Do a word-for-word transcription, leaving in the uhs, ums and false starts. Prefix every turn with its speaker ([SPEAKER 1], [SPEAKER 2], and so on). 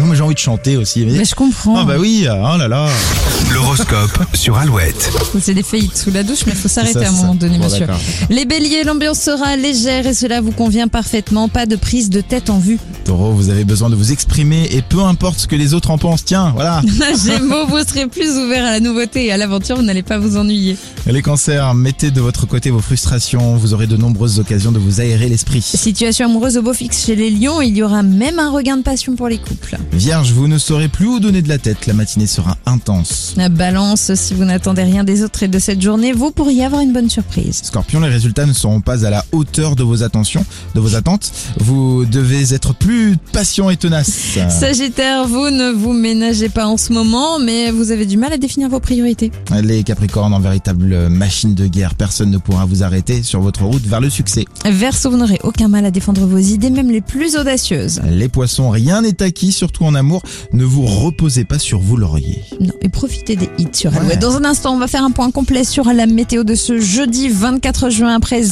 [SPEAKER 1] Non mais j'ai envie de chanter aussi.
[SPEAKER 2] Mais je comprends.
[SPEAKER 1] Ah bah oui, oh là là.
[SPEAKER 3] L'horoscope sur Alouette.
[SPEAKER 2] C'est des faillites sous la douche, mais il faut s'arrêter
[SPEAKER 1] ça,
[SPEAKER 2] à un moment
[SPEAKER 1] ça.
[SPEAKER 2] donné,
[SPEAKER 1] Bon,
[SPEAKER 2] monsieur.
[SPEAKER 1] d'accord.
[SPEAKER 2] Les béliers, l'ambiance sera légère et cela vous convient parfaitement. Pas de prise de tête en vue.
[SPEAKER 1] Taureau, vous avez besoin de vous exprimer et peu importe ce que les autres en pensent, tiens, voilà.
[SPEAKER 2] Gémeaux, vous serez plus ouvert à la nouveauté et à l'aventure, vous n'allez pas vous ennuyer.
[SPEAKER 1] Les cancers, mettez de votre côté vos frustrations, vous aurez de nombreuses occasions de vous aérer l'esprit.
[SPEAKER 2] Situation amoureuse au beau fixe chez les lions, il y aura même un regain de passion pour les couples.
[SPEAKER 1] Vierge, vous ne saurez plus où donner de la tête, la matinée sera intense.
[SPEAKER 2] La balance, si vous n'attendez rien des autres et de cette journée, vous pourriez avoir une bonne surprise.
[SPEAKER 1] Scorpion, les résultats ne seront pas à la hauteur de vos attentions, de vos attentes. Vous devez être plus patient et tenace.
[SPEAKER 2] Sagittaire, vous ne vous ménagez pas en ce moment, mais vous avez du mal à définir vos priorités.
[SPEAKER 1] Les Capricornes, en véritable machine de guerre, personne ne pourra vous arrêter sur votre route vers le succès.
[SPEAKER 2] Verseau, vous n'aurez aucun mal à défendre vos idées, même les plus audacieuses.
[SPEAKER 1] Les Poissons, rien n'est acquis, surtout en amour. Ne vous reposez pas sur vos lauriers.
[SPEAKER 2] Non, et profitez des hits sur Alouette.
[SPEAKER 1] Ouais.
[SPEAKER 2] Dans un instant, on va faire un point complet sur la météo de ce jeudi vingt-quatre juin après